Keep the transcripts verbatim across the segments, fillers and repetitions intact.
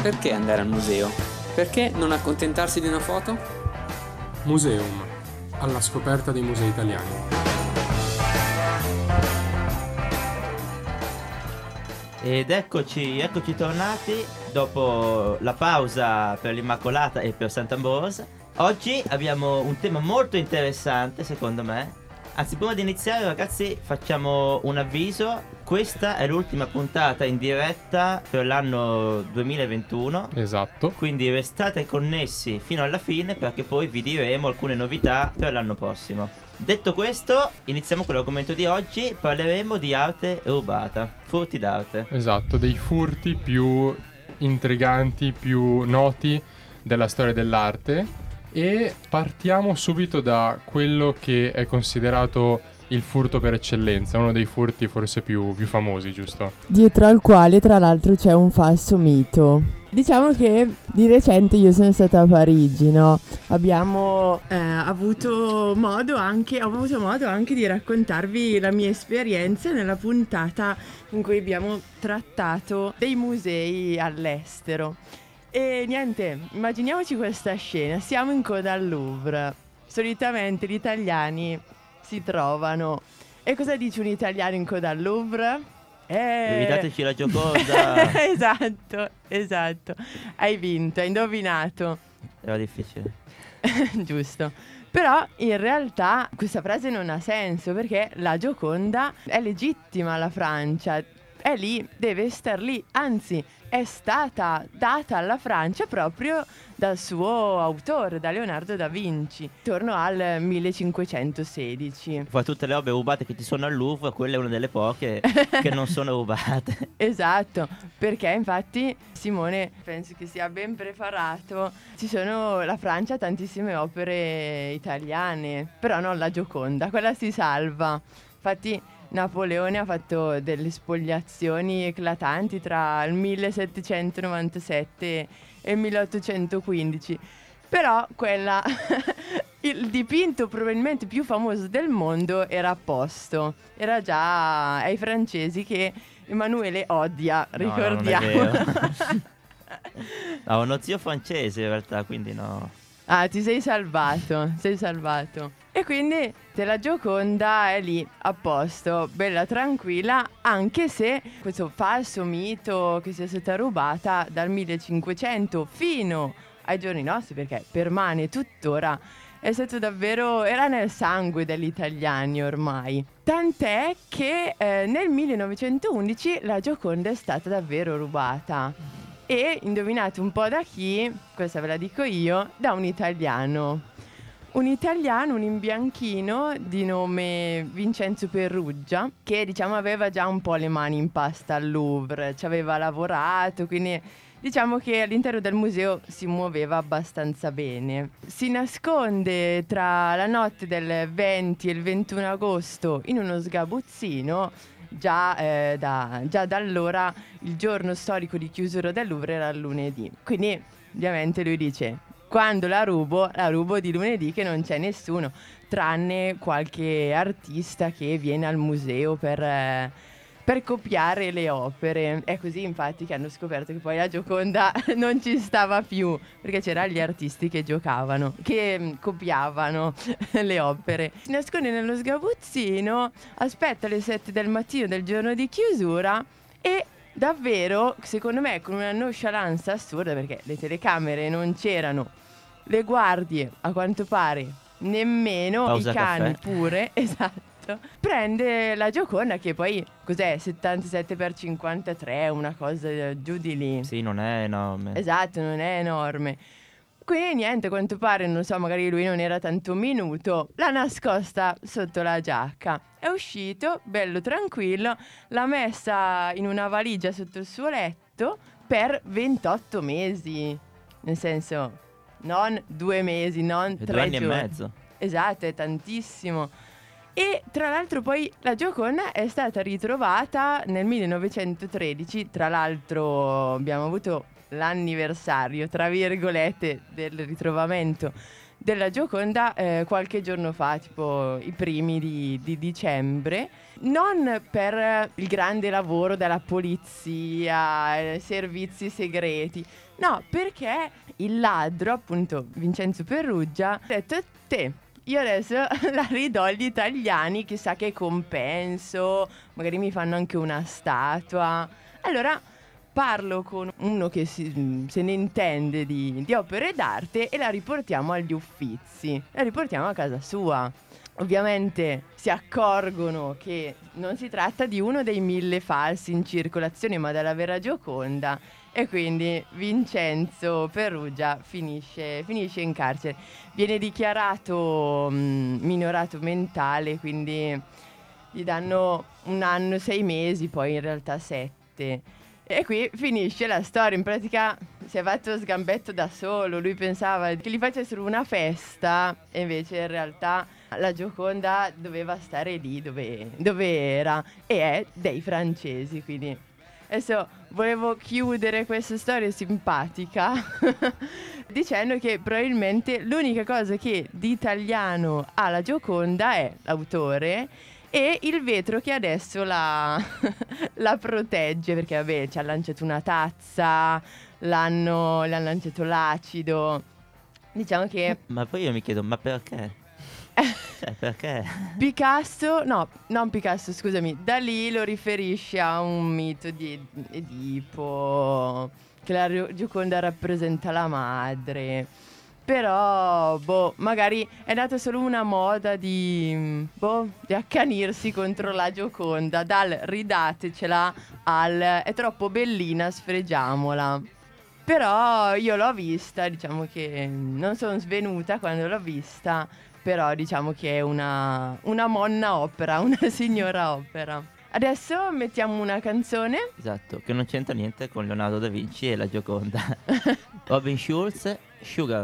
Perché andare al museo? Perché non accontentarsi di una foto? Museum, alla scoperta dei musei italiani. Ed eccoci, eccoci tornati dopo la pausa per l'Immacolata e per Sant'Ambrogio. Oggi abbiamo un tema molto interessante, secondo me. Anzi, prima di iniziare, ragazzi, facciamo un avviso. Questa è l'ultima puntata in diretta per l'anno duemilaventuno. Esatto. Quindi restate connessi fino alla fine, perché poi vi diremo alcune novità per l'anno prossimo. Detto questo, iniziamo con l'argomento di oggi. Parleremo di arte rubata, furti d'arte. Esatto, dei furti più intriganti, più noti della storia dell'arte. E partiamo subito da quello che è considerato il furto per eccellenza, uno dei furti forse più, più famosi, giusto? Dietro al quale tra l'altro c'è un falso mito. Diciamo che di recente io sono stata a Parigi, no? Abbiamo eh, avuto modo anche, ho avuto modo anche di raccontarvi la mia esperienza nella puntata in cui abbiamo trattato dei musei all'estero. E niente, immaginiamoci questa scena, siamo in coda al Louvre, solitamente gli italiani si trovano. E cosa dice un italiano in coda al Louvre? Eh... Evitateci la Gioconda. Esatto, esatto, hai vinto, hai indovinato. Era difficile. Giusto. Però in realtà questa frase non ha senso, perché la Gioconda è legittima alla Francia, è lì, deve star lì, anzi è stata data alla Francia proprio dal suo autore, da Leonardo da Vinci, intorno al millecinquecentosedici. Fra tutte le robe rubate che ci sono al Louvre, quella è una delle poche che non sono rubate. Esatto, perché infatti Simone penso che sia ben preparato. Ci sono, la Francia ha tantissime opere italiane, però non la Gioconda, quella si salva. Infatti Napoleone ha fatto delle spoliazioni eclatanti tra il millesettecentonovantasette e il milleottocentoquindici. Però quella, il dipinto probabilmente più famoso del mondo era a posto. Era già ai francesi che Emanuele odia, No, ricordiamo. No, non è vero. Ho uno zio francese in realtà, quindi no. Ah, ti sei salvato, sei salvato. E quindi te la Gioconda è lì, a posto, bella tranquilla, anche se questo falso mito che sia stata rubata dal millecinquecento fino ai giorni nostri, perché permane tuttora, è stato davvero, era nel sangue degli italiani ormai. Tant'è che eh, nel millenovecentoundici la Gioconda è stata davvero rubata. E indovinate un po' da chi, questa ve la dico io, da un italiano. Un italiano, un imbianchino di nome Vincenzo Perruggia, che diciamo aveva già un po' le mani in pasta al Louvre, ci aveva lavorato, quindi diciamo che all'interno del museo si muoveva abbastanza bene. Si nasconde tra la notte del venti e il ventuno agosto in uno sgabuzzino. Già, eh, da, già da allora il giorno storico di chiusura del Louvre era il lunedì. Quindi ovviamente lui dice: quando la rubo, la rubo di lunedì che non c'è nessuno, tranne qualche artista che viene al museo per, eh, per copiare le opere. È così infatti che hanno scoperto che poi la Gioconda non ci stava più, perché c'erano gli artisti che giocavano, che mh, copiavano le opere. Si nasconde nello sgabuzzino, aspetta le sette del mattino del giorno di chiusura e davvero, secondo me, con una nonchalance assurda, perché le telecamere non c'erano, le guardie a quanto pare nemmeno, Pausa i cani caffè. pure, esatto, prende la Gioconda, che poi cos'è, settantasette per cinquantatré, una cosa giù di lì. Sì, non è enorme. Esatto, non è enorme. Quindi niente, a quanto pare, non so, magari lui non era tanto minuto, l'ha nascosta sotto la giacca. È uscito, bello tranquillo, l'ha messa in una valigia sotto il suo letto per ventotto mesi. Nel senso, non due mesi, non E tre due anni giorni. e mezzo. Esatto, è tantissimo. E tra l'altro poi la Gioconda è stata ritrovata nel millenovecentotredici. Tra l'altro abbiamo avuto l'anniversario, tra virgolette, del ritrovamento della Gioconda eh, qualche giorno fa, tipo i primi di, di dicembre, non per il grande lavoro della polizia, eh, servizi segreti, no, perché il ladro, appunto Vincenzo Perrugia, ha detto: te, io adesso la ridò agli italiani, chissà che compenso, magari mi fanno anche una statua. Allora parlo con uno che si, se ne intende di, di opere d'arte e la riportiamo agli Uffizi, la riportiamo a casa sua. Ovviamente si accorgono che non si tratta di uno dei mille falsi in circolazione, ma della vera Gioconda, e quindi Vincenzo Perrugia finisce, finisce in carcere. Viene dichiarato mh, minorato mentale, quindi gli danno un anno, sei mesi, poi in realtà sette. E qui finisce la storia. In pratica si è fatto sgambetto da solo. Lui pensava che gli facessero una festa e invece in realtà la Gioconda doveva stare lì dove, dove era, e è dei francesi. Quindi adesso volevo chiudere questa storia simpatica dicendo che probabilmente l'unica cosa che di italiano ha la Gioconda è l'autore e il vetro che adesso la, la protegge, perché vabbè ci ha lanciato una tazza, l'hanno, le hanno lanciato l'acido. Diciamo che Ma poi io mi chiedo, ma perché? Cioè, perché? Picasso, no, non Picasso, scusami, Dalì lo riferisce a un mito di Edipo, che la Gioconda rappresenta la madre. Però, boh, magari è nata solo una moda di, boh, di accanirsi contro la Gioconda, dal ridatecela al è troppo bellina, sfregiamola. Però io l'ho vista, diciamo che non sono svenuta quando l'ho vista, però diciamo che è una, una monna opera, una signora opera. Adesso mettiamo una canzone. Esatto, che non c'entra niente con Leonardo da Vinci e la Gioconda. Robin Schulz, Sugar.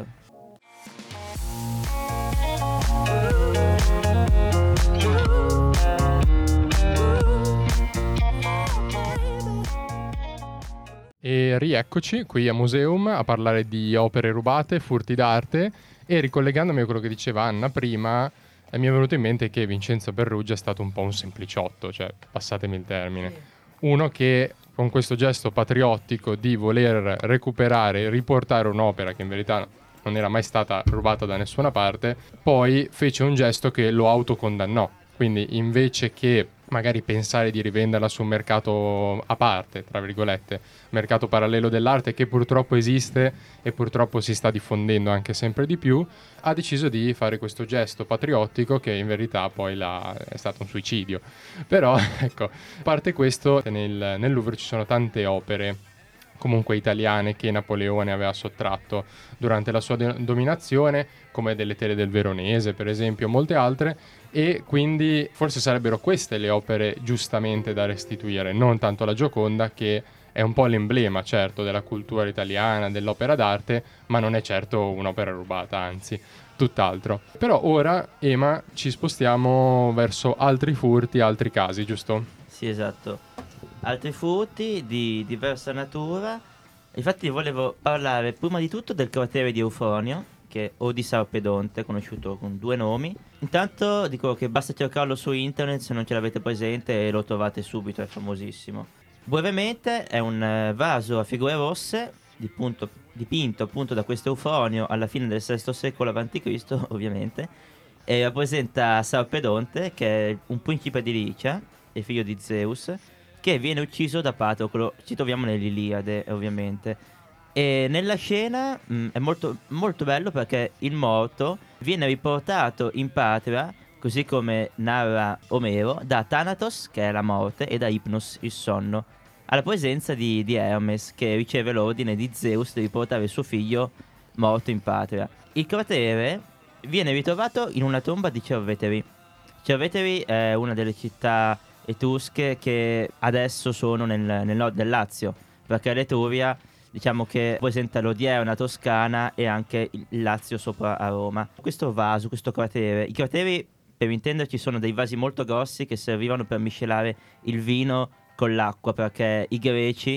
E rieccoci qui a Museum a parlare di opere rubate, furti d'arte, e ricollegandomi a quello che diceva Anna prima, eh, mi è venuto in mente che Vincenzo Perrugia è stato un po' un sempliciotto, cioè passatemi il termine. Uno che con questo gesto patriottico di voler recuperare, riportare un'opera che in verità non era mai stata rubata da nessuna parte, poi fece un gesto che lo autocondannò. Quindi invece che magari pensare di rivenderla su un mercato a parte, tra virgolette, mercato parallelo dell'arte che purtroppo esiste e purtroppo si sta diffondendo anche sempre di più, ha deciso di fare questo gesto patriottico che in verità poi la, è stato un suicidio. Però, ecco, a parte questo, nel, nel Louvre ci sono tante opere comunque italiane che Napoleone aveva sottratto durante la sua de- dominazione, come delle tele del Veronese per esempio, molte altre, e quindi forse sarebbero queste le opere giustamente da restituire, non tanto la Gioconda, che è un po' l'emblema certo della cultura italiana, dell'opera d'arte, ma non è certo un'opera rubata, anzi tutt'altro. Però ora, Ema, ci spostiamo verso altri furti, altri casi, giusto? Sì, esatto. Altri furti di diversa natura. Infatti volevo parlare prima di tutto del cratere di Eufonio, che o di Sarpedonte, conosciuto con due nomi. Intanto dico che basta cercarlo su internet se non ce l'avete presente e lo trovate subito, è famosissimo. Brevemente è un eh, vaso a figure rosse di punto, dipinto appunto da questo Eufonio alla fine del sesto secolo avanti Cristo ovviamente, e rappresenta Sarpedonte, che è un principe di Licia e figlio di Zeus, che viene ucciso da Patroclo. Ci troviamo nell'Iliade ovviamente. E nella scena mh, è molto, molto bello perché il morto viene riportato in patria, così come narra Omero, da Thanatos, che è la morte, e da Hypnos, il sonno, alla presenza di, di Hermes, che riceve l'ordine di Zeus di riportare il suo figlio morto in patria. Il cratere viene ritrovato in una tomba di Cerveteri. Cerveteri è una delle città etrusche che adesso sono nel, nel nord del Lazio, perché l'Etruria, diciamo che presenta l'odierna Toscana e anche il Lazio sopra a Roma. Questo vaso, questo cratere, i crateri per intenderci sono dei vasi molto grossi che servivano per miscelare il vino con l'acqua, perché i greci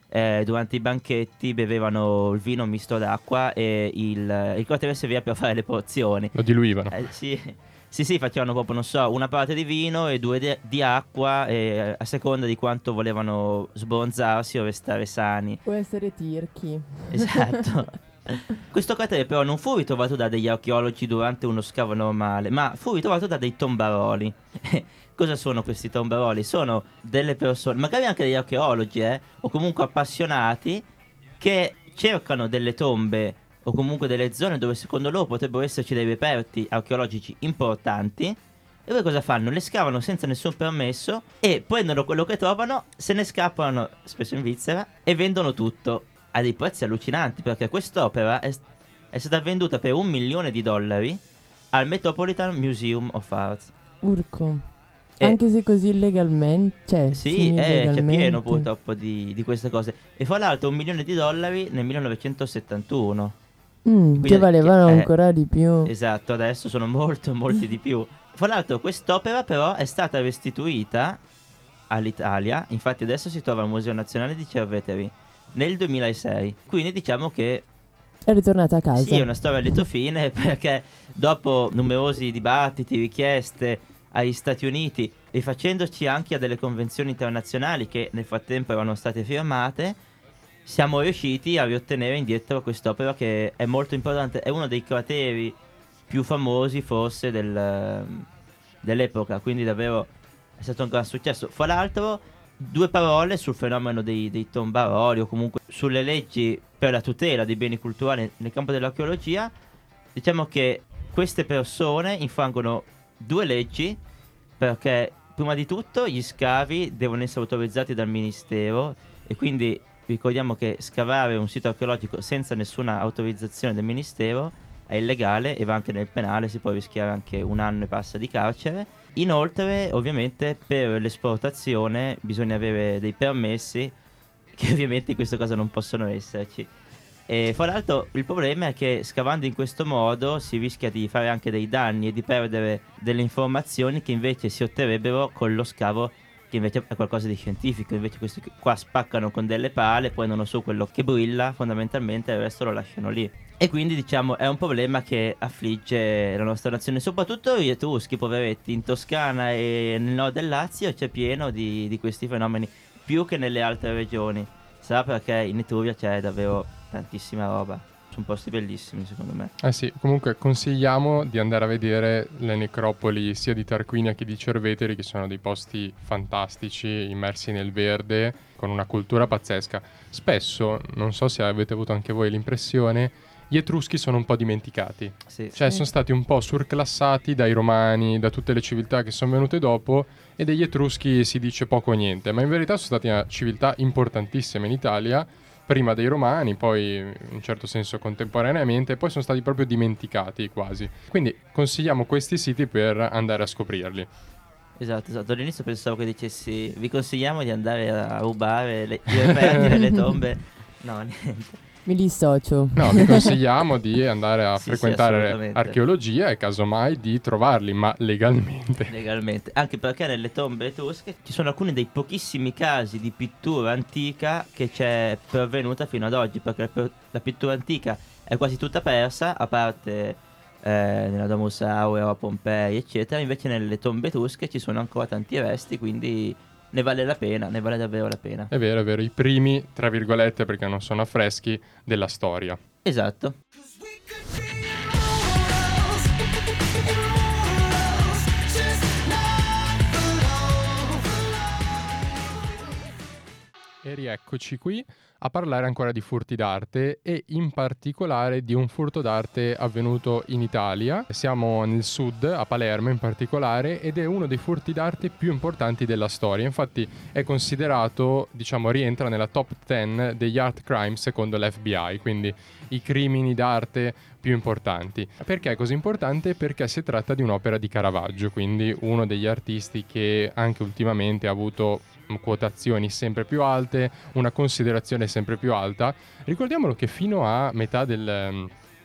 eh, durante i banchetti bevevano il vino misto d'acqua e il, il cottere serviva per fare le porzioni. Lo diluivano. Eh, sì. Sì, sì, facevano proprio, non so, una parte di vino e due di, di acqua, e, a seconda di quanto volevano sbronzarsi o restare sani. Può essere tirchi. Esatto. Questo cratere però non fu ritrovato da degli archeologi durante uno scavo normale, ma fu ritrovato da dei tombaroli. Cosa sono questi tombaroli? Sono delle persone, magari anche degli archeologi, eh, o comunque appassionati, che cercano delle tombe o comunque delle zone dove secondo loro potrebbero esserci dei reperti archeologici importanti. E poi cosa fanno? Le scavano senza nessun permesso e prendono quello che trovano, se ne scappano, spesso in Svizzera, e vendono tutto a dei prezzi allucinanti, perché quest'opera è, è stata venduta per un milione di dollari al Metropolitan Museum of Art. Urco. E- Anche se così illegalmente, cioè Sì, eh, c'è illegalmente. pieno purtroppo di, di queste cose. E fra l'altro un milione di dollari nel millenovecentosettantuno. Mm, Quindi- che valevano che- eh, ancora di più. Esatto, adesso sono molto molti di più. Fra l'altro quest'opera però è stata restituita all'Italia, infatti adesso si trova al Museo Nazionale di Cerveteri nel duemilasei. Quindi diciamo che È ritornata a casa. sì, è una storia a lieto fine, perché dopo numerosi dibattiti, richieste agli Stati Uniti e facendoci anche a delle convenzioni internazionali che nel frattempo erano state firmate, siamo riusciti a riottenere indietro quest'opera che è molto importante. È uno dei crateri più famosi forse del, dell'epoca, quindi davvero è stato un gran successo. Fra l'altro, due parole sul fenomeno dei, dei tombaroli o comunque sulle leggi per la tutela dei beni culturali nel campo dell'archeologia. Diciamo che queste persone infrangono due leggi, perché prima di tutto gli scavi devono essere autorizzati dal ministero, e quindi ricordiamo che scavare un sito archeologico senza nessuna autorizzazione del ministero è illegale e va anche nel penale, si può rischiare anche un anno e passa di carcere. Inoltre, ovviamente, per l'esportazione bisogna avere dei permessi, che ovviamente in questo caso non possono esserci. E fra l'altro il problema è che scavando in questo modo si rischia di fare anche dei danni e di perdere delle informazioni che invece si otterrebbero con lo scavo, che invece è qualcosa di scientifico. Invece questi qua spaccano con delle pale, prendono su quello che brilla fondamentalmente e il resto lo lasciano lì. E quindi diciamo è un problema che affligge la nostra nazione, soprattutto gli Etruschi, poveretti. In Toscana e nel nord del Lazio c'è pieno di, di questi fenomeni, più che nelle altre regioni. Sarà perché in Etruria c'è davvero tantissima roba. Sono posti bellissimi secondo me. Eh sì, comunque consigliamo di andare a vedere le necropoli sia di Tarquinia che di Cerveteri, che sono dei posti fantastici, immersi nel verde, con una cultura pazzesca. Spesso, non so se avete avuto anche voi l'impressione, gli Etruschi sono un po' dimenticati. Sì. Cioè Sì. sono stati un po' surclassati dai Romani, da tutte le civiltà che sono venute dopo, e degli Etruschi si dice poco o niente, ma in verità sono stati una civiltà importantissima in Italia, prima dei Romani, poi in un certo senso contemporaneamente, e poi sono stati proprio dimenticati quasi. Quindi consigliamo questi siti per andare a scoprirli. Esatto, esatto. All'inizio pensavo che dicessi vi consigliamo di andare a rubare le, i reperti nelle tombe. No, niente. Mi dissocio. No, vi consigliamo di andare a Sì, sì, frequentare assolutamente. archeologia e casomai di trovarli, ma legalmente. Legalmente, anche perché nelle tombe etrusche ci sono alcuni dei pochissimi casi di pittura antica che c'è pervenuta fino ad oggi, perché la, per- la pittura antica è quasi tutta persa, a parte eh, nella Domus Aurea, a Pompei, eccetera. Invece nelle tombe etrusche ci sono ancora tanti resti, quindi ne vale la pena, ne vale davvero la pena. È vero, è vero, i primi, tra virgolette, perché non sono affreschi, della storia. Esatto. E rieccoci qui a parlare ancora di furti d'arte, e in particolare di un furto d'arte avvenuto in Italia. Siamo nel sud, a Palermo in particolare, ed è uno dei furti d'arte più importanti della storia. Infatti è considerato, diciamo, rientra nella top dieci degli art crime secondo l'F B I, quindi i crimini d'arte più importanti. Perché è così importante? Perché si tratta di un'opera di Caravaggio, quindi uno degli artisti che anche ultimamente ha avuto quotazioni sempre più alte, una considerazione sempre più alta. Ricordiamolo che fino a metà del,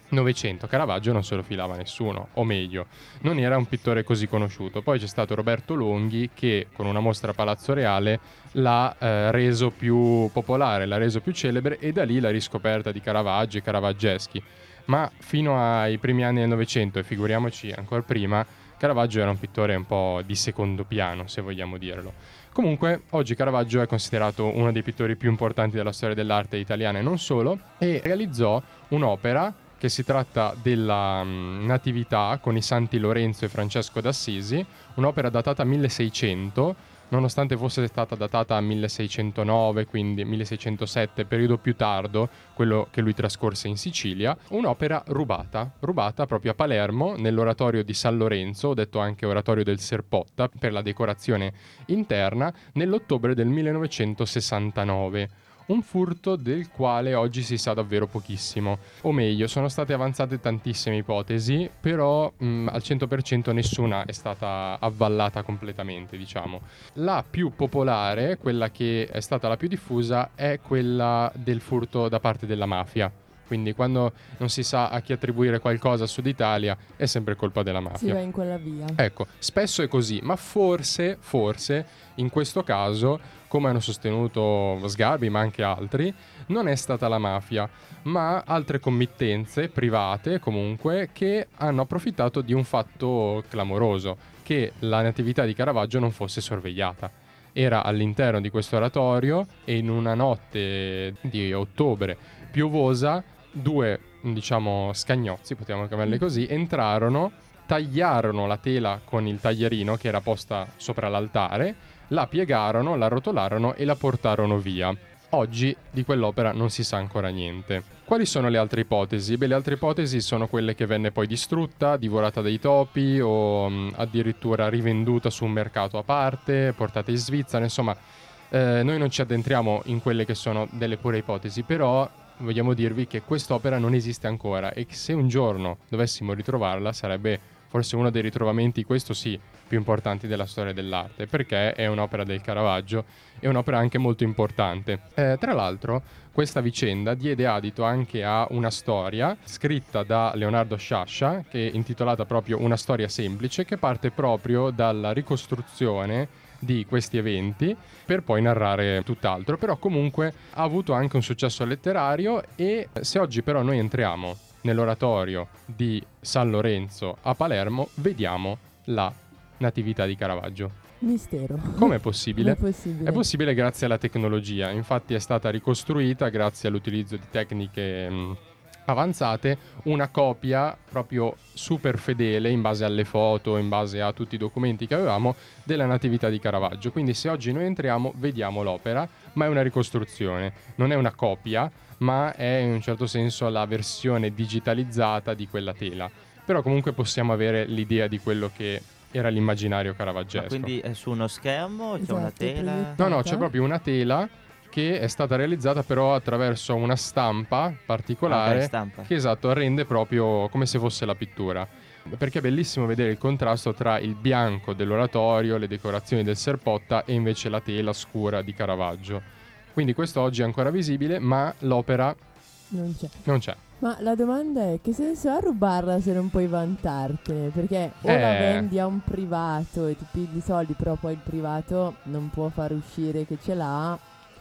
Novecento Caravaggio non se lo filava nessuno, o meglio, non era un pittore così conosciuto. Poi c'è stato Roberto Longhi che con una mostra a Palazzo Reale l'ha eh, reso più popolare, l'ha reso più celebre, e da lì la riscoperta di Caravaggio e caravaggeschi. Ma fino ai primi anni del Novecento, e figuriamoci ancora prima, Caravaggio era un pittore un po' di secondo piano, se vogliamo dirlo. Comunque, oggi Caravaggio è considerato uno dei pittori più importanti della storia dell'arte italiana e non solo, e realizzò un'opera che si tratta della um, Natività con i santi Lorenzo e Francesco d'Assisi, un'opera datata milleseicento, nonostante fosse stata datata a milleseicentonove, quindi milleseicentosette, periodo più tardo, quello che lui trascorse in Sicilia, un'opera rubata, rubata proprio a Palermo, nell'oratorio di San Lorenzo, detto anche oratorio del Serpotta, per la decorazione interna, nell'ottobre del millenovecentosessantanove. Un furto del quale oggi si sa davvero pochissimo, o meglio, sono state avanzate tantissime ipotesi, però mh, al cento per cento nessuna è stata avvallata completamente, diciamo. La più popolare, quella che è stata la più diffusa, è quella del furto da parte della mafia. Quindi quando non si sa a chi attribuire qualcosa a Sud Italia è sempre colpa della mafia. Si va in quella via. Ecco, spesso è così, ma forse, forse, in questo caso, come hanno sostenuto Sgarbi ma anche altri, non è stata la mafia, ma altre committenze private comunque che hanno approfittato di un fatto clamoroso, che la Natività di Caravaggio non fosse sorvegliata. Era all'interno di questo oratorio e in una notte di ottobre piovosa due, diciamo, scagnozzi, potremmo chiamarli così, entrarono, tagliarono la tela con il taglierino che era posta sopra l'altare, la piegarono, la rotolarono e la portarono via. Oggi di quell'opera non si sa ancora niente. Quali sono le altre ipotesi? Beh, le altre ipotesi sono quelle che venne poi distrutta, divorata dai topi o mh, addirittura rivenduta su un mercato a parte, portata in Svizzera, insomma, eh, noi non ci addentriamo in quelle che sono delle pure ipotesi, però vogliamo dirvi che quest'opera non esiste ancora e che se un giorno dovessimo ritrovarla sarebbe forse uno dei ritrovamenti, questo sì, più importanti della storia dell'arte, perché è un'opera del Caravaggio e un'opera anche molto importante. Eh, tra l'altro, questa vicenda diede adito anche a una storia scritta da Leonardo Sciascia, che è intitolata proprio Una storia semplice, che parte proprio dalla ricostruzione di questi eventi per poi narrare tutt'altro, però comunque ha avuto anche un successo letterario. E se oggi però noi entriamo nell'oratorio di San Lorenzo a Palermo, vediamo la Natività di Caravaggio. Mistero. Com'è possibile? Com'è possibile? È possibile grazie alla tecnologia, infatti è stata ricostruita grazie all'utilizzo di tecniche mh, avanzate, una copia proprio super fedele in base alle foto, in base a tutti i documenti che avevamo della Natività di Caravaggio. Quindi se oggi noi entriamo vediamo l'opera, ma è una ricostruzione, non è una copia, ma è in un certo senso la versione digitalizzata di quella tela. Però comunque possiamo avere l'idea di quello che era l'immaginario caravaggesco. Ma quindi è su uno schermo? C'è Esatto, una tela? proiettata. No, no, c'è proprio una tela che è stata realizzata però attraverso una stampa particolare, Ah, beh, stampa. che esatto rende proprio come se fosse la pittura, perché è bellissimo vedere il contrasto tra il bianco dell'oratorio, le decorazioni del Serpotta e invece la tela scura di Caravaggio. Quindi questo oggi è ancora visibile, ma l'opera Non c'è. non c'è. Ma la domanda è: che senso ha rubarla se non puoi vantartene? Perché o la Eh. vendi a un privato e ti pigli i soldi, però poi il privato non può far uscire che ce l'ha,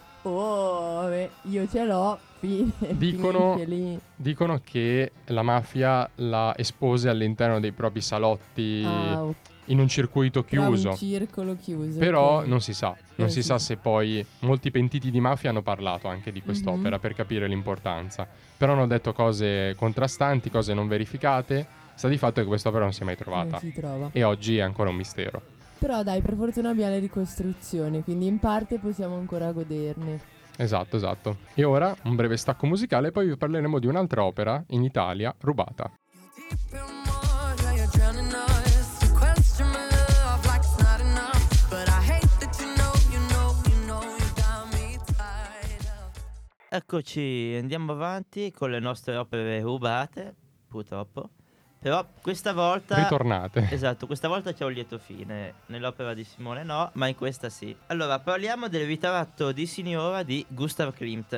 o vabbè, io ce l'ho, fine, Dicono- finisce lì. Dicono che la mafia la espose all'interno dei propri salotti Ah, ok. in un circuito Tra chiuso. un circolo chiuso. Però ok. non si sa, non Eh, si sì. sa se poi molti pentiti di mafia hanno parlato anche di quest'opera Mhm. per capire l'importanza. Però hanno detto cose contrastanti, cose non verificate. Sta di fatto che quest'opera non si è mai trovata. Non si trova. E oggi è ancora un mistero. Però dai, per fortuna abbiamo le ricostruzioni, quindi in parte possiamo ancora goderne. Esatto, esatto. E ora un breve stacco musicale e poi vi parleremo di un'altra opera in Italia rubata. Eccoci, andiamo avanti con le nostre opere rubate, purtroppo. Però questa volta... Ritornate. Esatto, questa volta c'è un lieto fine. Nell'opera di Simone no, ma in questa sì. Allora, parliamo del ritratto di signora di Gustav Klimt.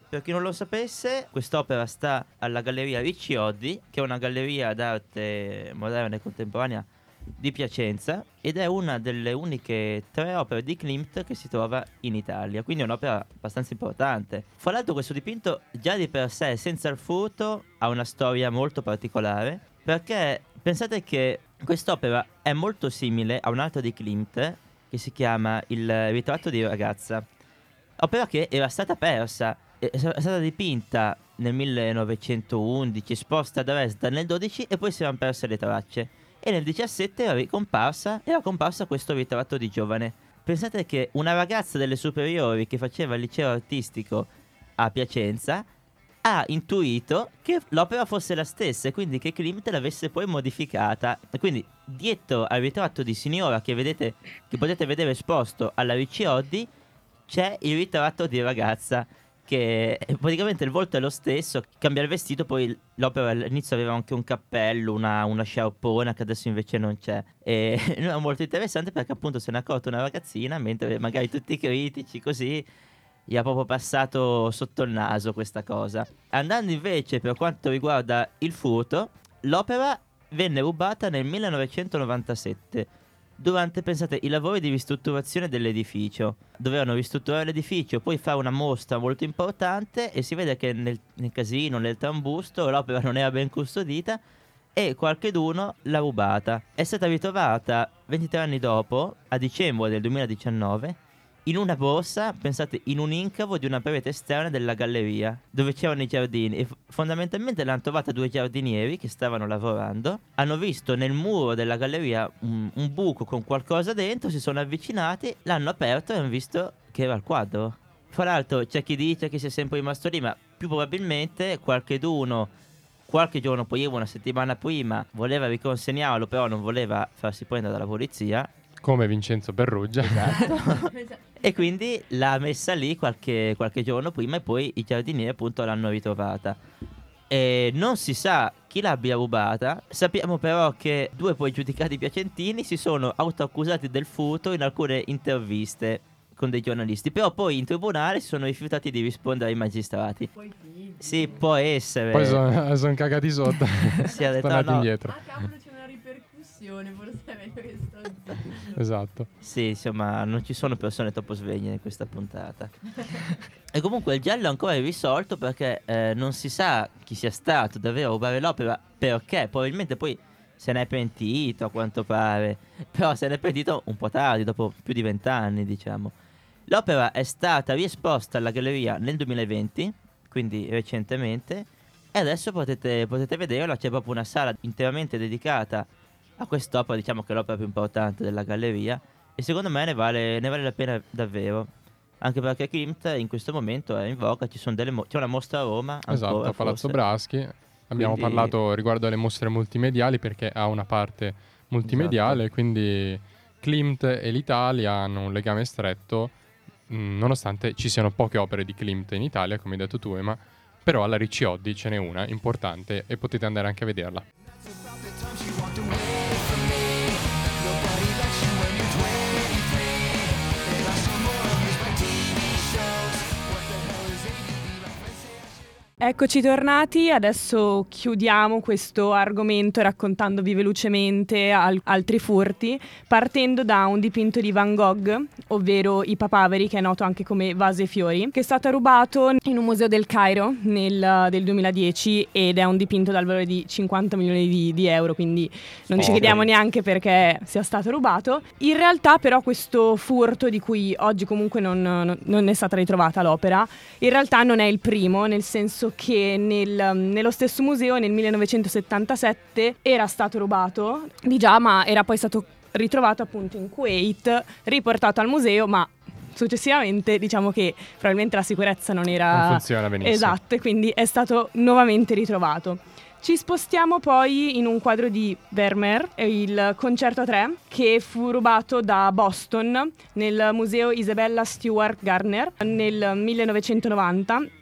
Per chi non lo sapesse, quest'opera sta alla Galleria Ricci Oddi, che è una galleria d'arte moderna e contemporanea di Piacenza, ed è una delle uniche tre opere di Klimt che si trova in Italia, quindi è un'opera abbastanza importante. Fra l'altro questo dipinto già di per sé, senza il furto, ha una storia molto particolare, perché pensate che quest'opera è molto simile a un'altra di Klimt che si chiama Il ritratto di ragazza, opera che era stata persa, è stata dipinta nel millenovecentoundici, esposta a Dresda nel dodici e poi si erano perse le tracce. E nel diciassette era ricomparsa, era comparsa questo ritratto di giovane. Pensate che una ragazza delle superiori che faceva il liceo artistico a Piacenza ha intuito che l'opera fosse la stessa e quindi che Klimt l'avesse poi modificata. E quindi dietro al ritratto di signora che vedete, che potete vedere esposto alla Ricci Oddi, c'è il ritratto di ragazza, che praticamente il volto è lo stesso, cambia il vestito, poi l'opera all'inizio aveva anche un cappello, una, una sciarpona che adesso invece non c'è. E è molto interessante perché appunto se ne è accorta una ragazzina, mentre magari tutti i critici così gli ha proprio passato sotto il naso questa cosa. Andando invece per quanto riguarda il furto, l'opera venne rubata nel millenovecentonovantasette durante, pensate, i lavori di ristrutturazione dell'edificio. Dovevano ristrutturare l'edificio, poi fare una mostra molto importante e si vede che nel, nel casino, nel trambusto, l'opera non era ben custodita e qualcheduno l'ha rubata. È stata ritrovata ventitré anni dopo, a dicembre del duemiladiciannove, in una borsa, pensate, in un incavo di una parete esterna della galleria, dove c'erano i giardini, e f- fondamentalmente l'hanno trovata due giardinieri che stavano lavorando, hanno visto nel muro della galleria un, un buco con qualcosa dentro, si sono avvicinati, l'hanno aperto e hanno visto che era il quadro. Fra l'altro c'è chi dice che sia sempre rimasto lì, ma più probabilmente qualcheduno, qualche giorno prima, una settimana prima, voleva riconsegnarlo, però non voleva farsi prendere dalla polizia. Come Vincenzo Perrugia. Esatto. E quindi l'ha messa lì qualche, qualche giorno prima e poi i giardinieri appunto l'hanno ritrovata. E non si sa chi l'abbia rubata, sappiamo però che due poi giudicati piacentini si sono autoaccusati del furto in alcune interviste con dei giornalisti, però poi in tribunale si sono rifiutati di rispondere ai magistrati. Poi sì. Sì, può essere. Poi sono son cagati sotto. Si è detto, tornati no, no. indietro. Ah cavolo, c'è una ripercussione, forse è meglio che sto zitto. Esatto. Sì, insomma, non ci sono persone troppo sveglie in questa puntata. E comunque il giallo è ancora irrisolto perché eh, non si sa chi sia stato davvero a rubare l'opera, perché probabilmente poi se ne è pentito, a quanto pare. Però se ne è pentito un po' tardi, dopo più di vent'anni, diciamo. L'opera è stata riesposta alla galleria nel duemilaventi, quindi recentemente, e adesso potete, potete vederla, c'è proprio una sala interamente dedicata a quest'opera, diciamo che è l'opera più importante della galleria, e secondo me ne vale, ne vale la pena davvero. Anche perché Klimt in questo momento è in voga, ci sono delle mo- c'è una mostra a Roma ancora, Esatto, a Palazzo forse. Braschi. Abbiamo Quindi- parlato riguardo alle mostre multimediali perché ha una parte multimediale, Esatto. quindi Klimt e l'Italia hanno un legame stretto, mh, nonostante ci siano poche opere di Klimt in Italia, come hai detto tu, Emma, però alla Ricci Oddi ce n'è una importante e potete andare anche a vederla. Eccoci tornati, adesso chiudiamo questo argomento raccontandovi velocemente al- altri furti, partendo da un dipinto di Van Gogh, ovvero I Papaveri, che è noto anche come Vasi e Fiori, che è stato rubato in un museo del Cairo nel del duemiladieci ed è un dipinto dal valore di cinquanta milioni di, di euro, quindi non ci Oh. chiediamo neanche perché sia stato rubato. In realtà però questo furto, di cui oggi comunque non, non, non è stata ritrovata l'opera, in realtà non è il primo, nel senso che nel, nello stesso museo nel millenovecentosettantasette era stato rubato di già, ma era poi stato ritrovato appunto in Kuwait, riportato al museo, ma successivamente diciamo che probabilmente la sicurezza non era Non funziona benissimo. esatto, e quindi è stato nuovamente ritrovato. Ci spostiamo poi in un quadro di Vermeer, il Concerto a tre, che fu rubato da Boston nel museo Isabella Stewart Gardner nel millenovecentonovanta.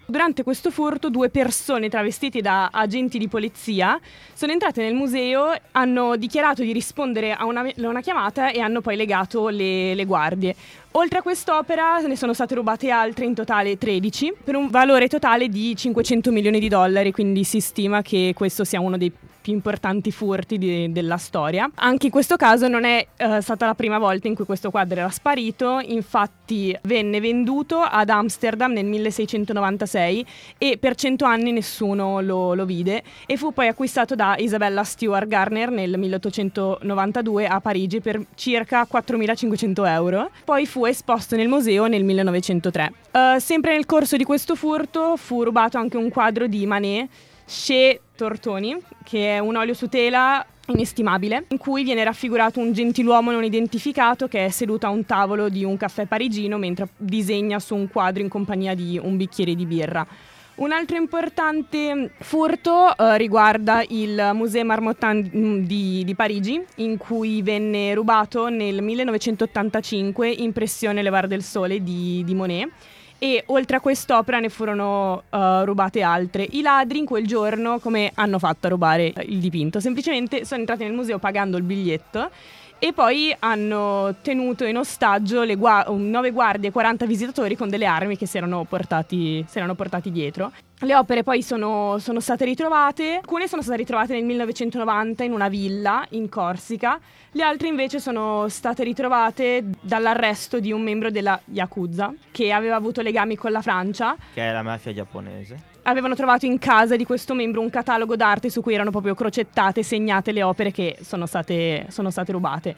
Durante questo furto due persone travestite da agenti di polizia sono entrate nel museo, hanno dichiarato di rispondere a una, a una chiamata e hanno poi legato le, le guardie. Oltre a quest'opera ne sono state rubate altre, in totale tredici, per un valore totale di cinquecento milioni di dollari, quindi si stima che questo sia uno dei più importanti furti di, della storia. Anche in questo caso non è uh, stata la prima volta in cui questo quadro era sparito, infatti venne venduto ad Amsterdam nel milleseicentonovantasei e per cento anni nessuno lo, lo vide, e fu poi acquistato da Isabella Stewart Gardner nel milleottocentonovantadue a Parigi per circa quattromilacinquecento euro. Poi fu esposto nel museo nel millenovecentotre. Uh, sempre nel corso di questo furto fu rubato anche un quadro di Manet, Chez Tortoni, che è un olio su tela inestimabile, in cui viene raffigurato un gentiluomo non identificato che è seduto a un tavolo di un caffè parigino mentre disegna su un quadro in compagnia di un bicchiere di birra. Un altro importante furto uh, riguarda il Musée Marmottan di, di Parigi, in cui venne rubato nel millenovecentottantacinque Impressione Levar del Sole di, di Monet. E oltre a quest'opera ne furono uh, rubate altre. I ladri in quel giorno come hanno fatto a rubare il dipinto? Semplicemente sono entrati nel museo pagando il biglietto e poi hanno tenuto in ostaggio le gua- nove guardie e quaranta visitatori con delle armi che si erano portati, si erano portati dietro. Le opere poi sono, sono state ritrovate, alcune sono state ritrovate nel millenovecentonovanta in una villa in Corsica, le altre invece sono state ritrovate dall'arresto di un membro della Yakuza che aveva avuto legami con la Francia. Che è la mafia giapponese. Avevano trovato in casa di questo membro un catalogo d'arte su cui erano proprio crocettate, segnate le opere che sono state, sono state rubate.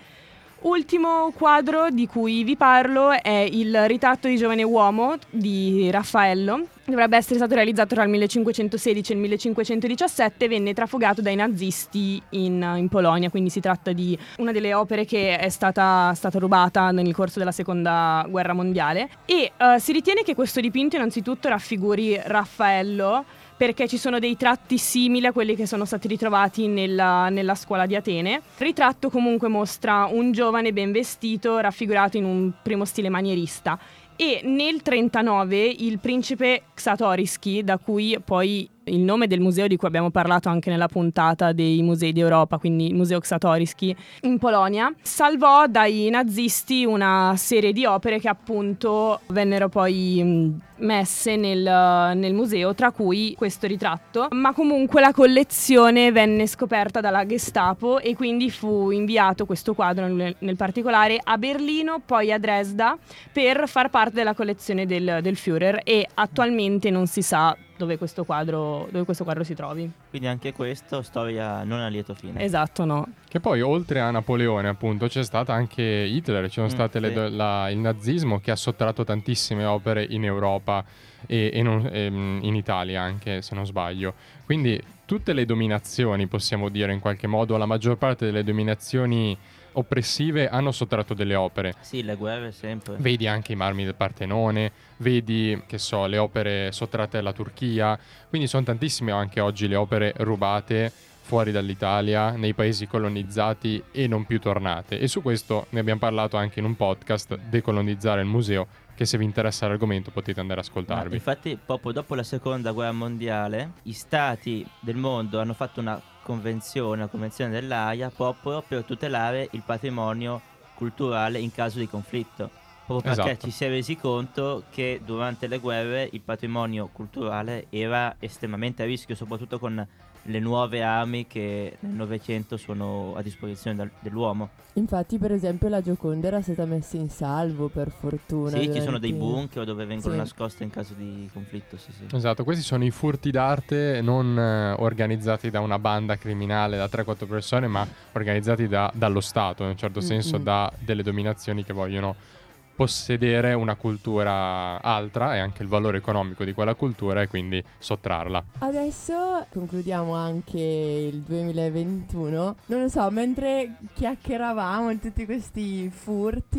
Ultimo quadro di cui vi parlo è il ritratto di giovane uomo di Raffaello. Dovrebbe essere stato realizzato tra il millecinquecentosedici e il millecinquecentodiciassette e venne trafugato dai nazisti in, in Polonia, quindi si tratta di una delle opere che è stata, stata rubata nel corso della seconda guerra mondiale. E uh, si ritiene che questo dipinto innanzitutto raffiguri Raffaello, perché ci sono dei tratti simili a quelli che sono stati ritrovati nella, nella scuola di Atene. Il ritratto comunque mostra un giovane ben vestito, raffigurato in un primo stile manierista. E nel trentanove il principe Czartoryski, da cui poi il nome del museo di cui abbiamo parlato anche nella puntata dei musei d'Europa, quindi il museo Czartoryski in Polonia, salvò dai nazisti una serie di opere che appunto vennero poi mh, messe nel, nel museo, tra cui questo ritratto, ma comunque la collezione venne scoperta dalla Gestapo e quindi fu inviato questo quadro nel, nel particolare a Berlino, poi a Dresda, per far parte della collezione del, del Führer, e attualmente non si sa dove questo quadro dove questo quadro si trovi. Quindi anche questo storia non a lieto fine. Esatto, no. Che poi oltre a Napoleone appunto c'è stata anche Hitler, ci sono Mm, state le sì. do- la- il nazismo che ha sottratto tantissime opere in Europa e, e non- e, mm, in Italia anche, se non sbaglio. Quindi tutte le dominazioni, possiamo dire in qualche modo, la maggior parte delle dominazioni oppressive hanno sottratto delle opere. Sì, le guerre sempre. Vedi anche i marmi del Partenone, vedi, che so, le opere sottratte dalla Turchia, quindi sono tantissime anche oggi le opere rubate fuori dall'Italia, nei paesi colonizzati e non più tornate. E su questo ne abbiamo parlato anche in un podcast, Decolonizzare il museo, che se vi interessa l'argomento potete andare ad Ma ascoltarvi. infatti proprio dopo la seconda guerra mondiale i stati del mondo hanno fatto una convenzione, la convenzione dell'Aia, proprio per tutelare il patrimonio culturale in caso di conflitto. Proprio perché Esatto. ci si è resi conto che durante le guerre il patrimonio culturale era estremamente a rischio, soprattutto con le nuove armi che nel Novecento sono a disposizione dal- dell'uomo. Infatti, per esempio, la Gioconda era stata messa in salvo, per fortuna. Sì, ci sono dei durante- bunker dove vengono Sì. nascoste in caso di conflitto, sì, sì. Esatto, questi sono i furti d'arte non eh, organizzati da una banda criminale da tre quattro persone, ma organizzati da- dallo Stato, in un certo senso, Mm-mm. da delle dominazioni che vogliono possedere una cultura altra e anche il valore economico di quella cultura e quindi sottrarla. Adesso concludiamo anche il duemilaventuno. Non lo so, mentre chiacchieravamo di tutti questi furti,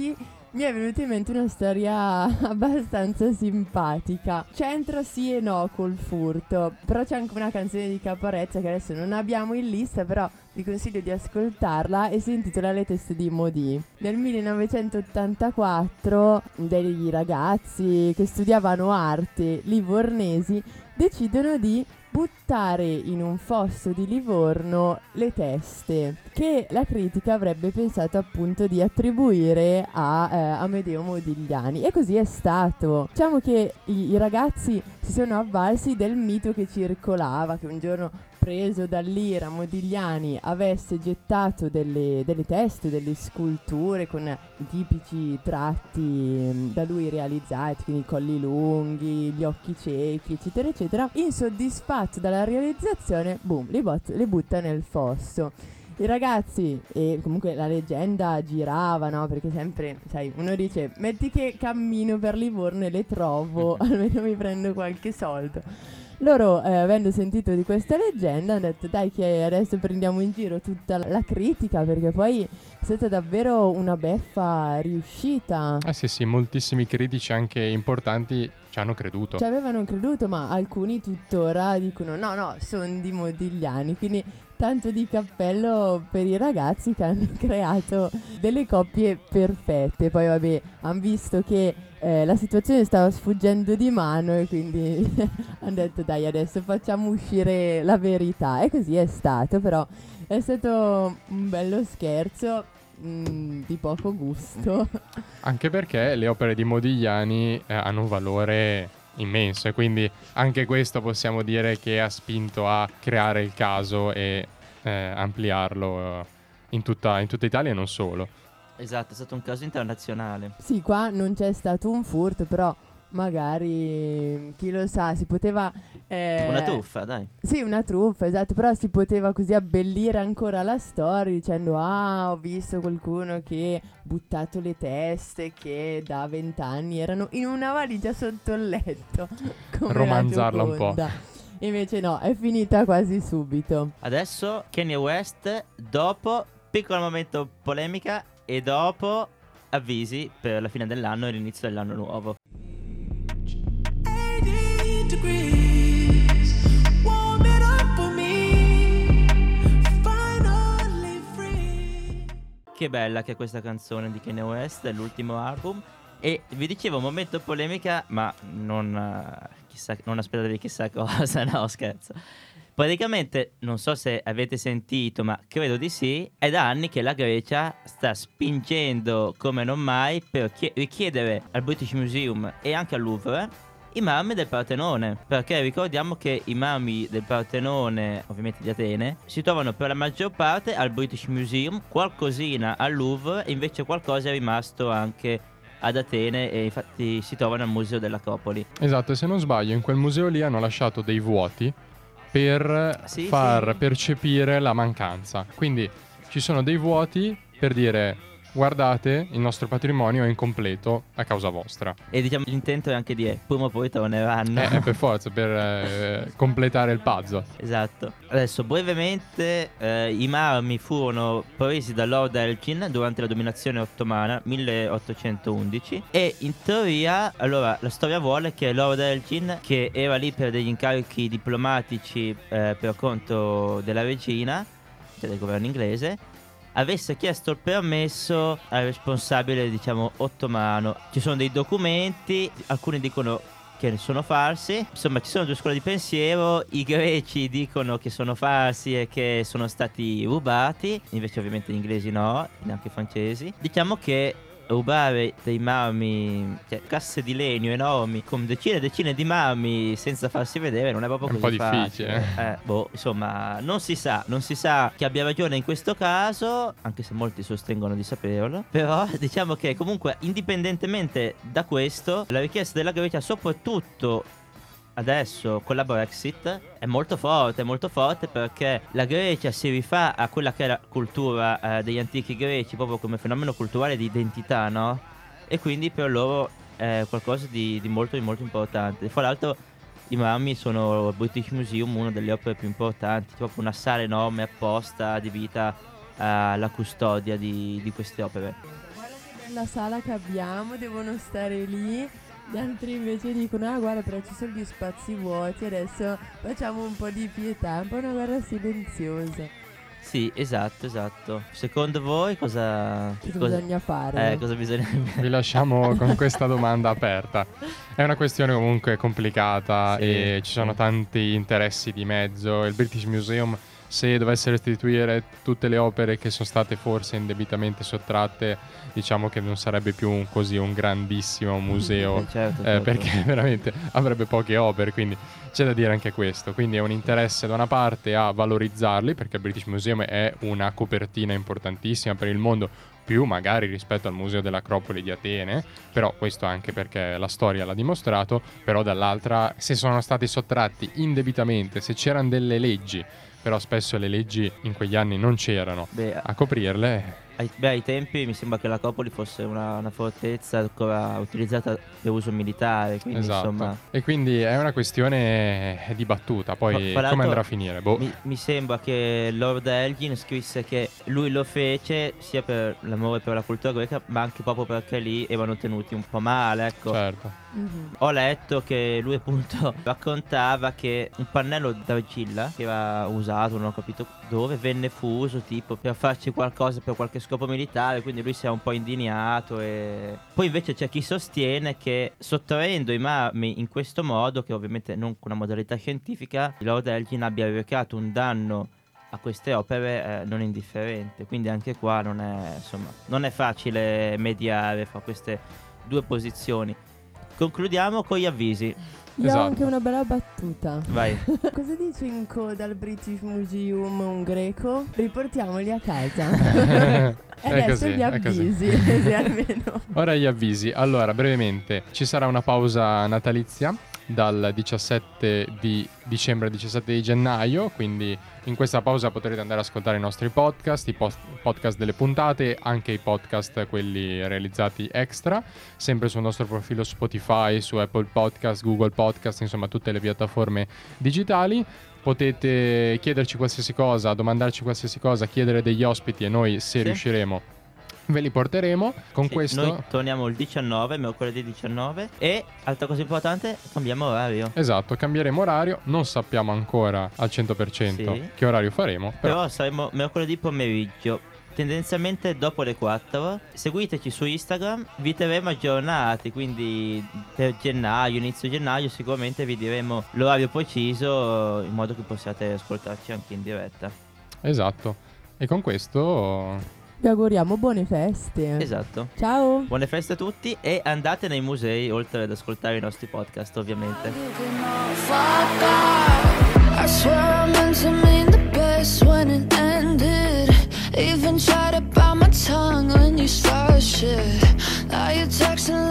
mi è venuta in mente una storia abbastanza simpatica. C'entra sì e no col furto, però c'è anche una canzone di Caparezza che adesso non abbiamo in lista, però vi consiglio di ascoltarla, e si intitola Le teste di Modì. Nel millenovecentottantaquattro dei ragazzi che studiavano arte livornesi decidono di buttare in un fosso di Livorno le teste che la critica avrebbe pensato appunto di attribuire a eh, Amedeo Modigliani, e così è stato. Diciamo che i, i ragazzi si sono avvalsi del mito che circolava che un giorno, preso dall'ira, Modigliani avesse gettato delle, delle teste, delle sculture con i tipici tratti mh, da lui realizzati, quindi i colli lunghi, gli occhi ciechi, eccetera eccetera. Insoddisfatto dalla realizzazione, boom, li, bot- li butta nel fosso. I ragazzi, e comunque la leggenda girava, no? Perché sempre, sai, uno dice, metti che cammino per Livorno e le trovo, almeno mi prendo qualche soldo. Loro, eh, avendo sentito di questa leggenda, hanno detto dai che adesso prendiamo in giro tutta la, la critica, perché poi è stata davvero una beffa riuscita. Eh sì sì, moltissimi critici anche importanti ci hanno creduto. Ci avevano creduto, ma alcuni tuttora dicono no no, sono di Modigliani, quindi tanto di cappello per i ragazzi che hanno creato delle coppie perfette. Poi vabbè, hanno visto che eh, la situazione stava sfuggendo di mano e quindi hanno detto dai adesso facciamo uscire la verità, e così è stato. Però è stato un bello scherzo mh, di poco gusto. Anche perché le opere di Modigliani eh, hanno un valore immenso, e quindi anche questo possiamo dire che ha spinto a creare il caso e eh, ampliarlo eh, in, tutta, in tutta Italia e non solo. Esatto, è stato un caso internazionale. Sì, qua non c'è stato un furto, però magari, chi lo sa, si poteva... eh, Una truffa, dai. Sì, una truffa, esatto, però si poteva così abbellire ancora la storia dicendo ah, ho visto qualcuno che ha buttato le teste che da vent'anni erano in una valigia sotto il letto. Come Romanzarla la un po'. Gioconda. Invece no, è finita quasi subito. Adesso Kanye West, dopo, piccolo momento polemica, e dopo avvisi per la fine dell'anno e l'inizio dell'anno nuovo. Che bella che è questa canzone di Kanye West, è l'ultimo album. E vi dicevo momento polemica, ma non, uh, chissà, non aspettatevi chissà cosa, no scherzo. Praticamente, non so se avete sentito, ma credo di sì, è da anni che la Grecia sta spingendo come non mai per chie- richiedere al British Museum e anche al Louvre i marmi del Partenone, perché ricordiamo che i marmi del Partenone, ovviamente di Atene, si trovano per la maggior parte al British Museum, qualcosina al Louvre, e invece qualcosa è rimasto anche ad Atene, e infatti si trovano al Museo dell'Acropoli. Esatto, e se non sbaglio in quel museo lì hanno lasciato dei vuoti per Sì, far sì. percepire la mancanza. Quindi ci sono dei vuoti per dire guardate, il nostro patrimonio è incompleto a causa vostra. E diciamo l'intento è anche dire prima o poi torneranno. Eh, per forza, per eh, completare il puzzle. Esatto. Adesso brevemente eh, i marmi furono presi da Lord Elgin durante la dominazione ottomana milleottocentoundici, e in teoria, allora la storia vuole che Lord Elgin, che era lì per degli incarichi diplomatici eh, per conto della regina, cioè del governo inglese, avesse chiesto il permesso al responsabile, diciamo, ottomano. Ci sono dei documenti, alcuni dicono che sono falsi, insomma ci sono due scuole di pensiero. I greci dicono che sono falsi e che sono stati rubati, invece ovviamente gli inglesi no, neanche i francesi. Diciamo che rubare dei marmi, cioè casse di legno enormi con decine e decine di marmi senza farsi vedere non è proprio È un così po' facile. difficile, eh, boh, insomma, non si sa, non si sa chi abbia ragione in questo caso, anche se molti sostengono di saperlo. Però diciamo che comunque, indipendentemente da questo, la richiesta della Grecia, soprattutto adesso con la Brexit, è molto forte, è molto forte, perché la Grecia si rifà a quella che è la cultura eh, degli antichi greci, proprio come fenomeno culturale di identità, no? E quindi per loro è qualcosa di, di molto di molto importante. Fra l'altro i marmi sono al British Museum una delle opere più importanti, proprio una sala enorme apposta adibita alla custodia di, di queste opere. nella sala che abbiamo, devono stare lì. Gli altri invece dicono: ah, guarda, però ci sono gli spazi vuoti, adesso facciamo un po' di pietà, un po' una guerra silenziosa. Sì, esatto, esatto. Secondo voi cosa, Cosa cosa- bisogna fare? Eh, cosa bisogna Vi lasciamo con questa domanda aperta. È una questione comunque complicata Sì, e ci sono sì. tanti interessi di mezzo. Il British Museum, se dovesse restituire tutte le opere che sono state forse indebitamente sottratte, diciamo che non sarebbe più un, così un grandissimo museo. Eh, certo, Eh, certo. perché veramente avrebbe poche opere, quindi c'è da dire anche questo. Quindi è un interesse da una parte a valorizzarli, perché il British Museum è una copertina importantissima per il mondo, più magari rispetto al museo dell'Acropoli di Atene, però questo anche perché la storia l'ha dimostrato. Però dall'altra, se sono stati sottratti indebitamente, se c'erano delle leggi, però spesso le leggi in quegli anni non c'erano Beh, a coprirle. ai, beh, ai tempi mi sembra che l'Acropoli fosse una, una fortezza ancora utilizzata per uso militare, quindi Esatto. insomma E quindi è una questione dibattuta. Poi Fra- fra come l'altro, andrà a finire? Boh. mi, mi sembra che Lord Elgin scrisse che lui lo fece sia per l'amore per la cultura greca, ma anche proprio perché lì erano tenuti un po' male, ecco. Certo. Mhm. Ho letto che lui appunto raccontava che un pannello d'argilla che era usato, non ho capito dove, venne fuso tipo per farci qualcosa per qualche scopo militare, quindi lui si è un po' indignato. E poi invece c'è chi sostiene che sottraendo i marmi in questo modo, che ovviamente non con una modalità scientifica, Lord Elgin abbia recato un danno a queste opere eh, non indifferente. Quindi anche qua non è, insomma, non è facile mediare fra queste due posizioni. Concludiamo con gli avvisi. Io Esatto. ho anche una bella battuta. Vai. Cosa dice in coda al British Museum un greco? Riportiamoli a casa. E È adesso così, gli è così. avvisi, così almeno. Ora gli avvisi. Allora, brevemente, ci sarà una pausa natalizia dal diciassette di dicembre al diciassette di gennaio, quindi in questa pausa potrete andare ad ascoltare i nostri podcast, i post- podcast delle puntate, anche i podcast quelli realizzati extra, sempre sul nostro profilo Spotify, su Apple Podcast, Google Podcast, insomma tutte le piattaforme digitali. Potete chiederci qualsiasi cosa, domandarci qualsiasi cosa, chiedere degli ospiti e noi, se Sì. riusciremo, ve li porteremo. Con Sì, questo noi torniamo il diciannove, mercoledì diciannove. E altra cosa importante, cambiamo orario. esatto, cambieremo orario, non sappiamo ancora al cento per cento Sì. che orario faremo, però, Però saremo mercoledì pomeriggio, tendenzialmente dopo le quattro. Seguiteci su Instagram, vi terremo aggiornati, quindi per gennaio, inizio gennaio sicuramente vi diremo l'orario preciso, in modo che possiate ascoltarci anche in diretta. esatto. E con questo Vi auguriamo buone feste. Esatto. Ciao. Buone feste a tutti e andate nei musei oltre ad ascoltare i nostri podcast, ovviamente. I swear I meant to mean the best when it ended. Even tried to bite my tongue when you started shit. Now you're texting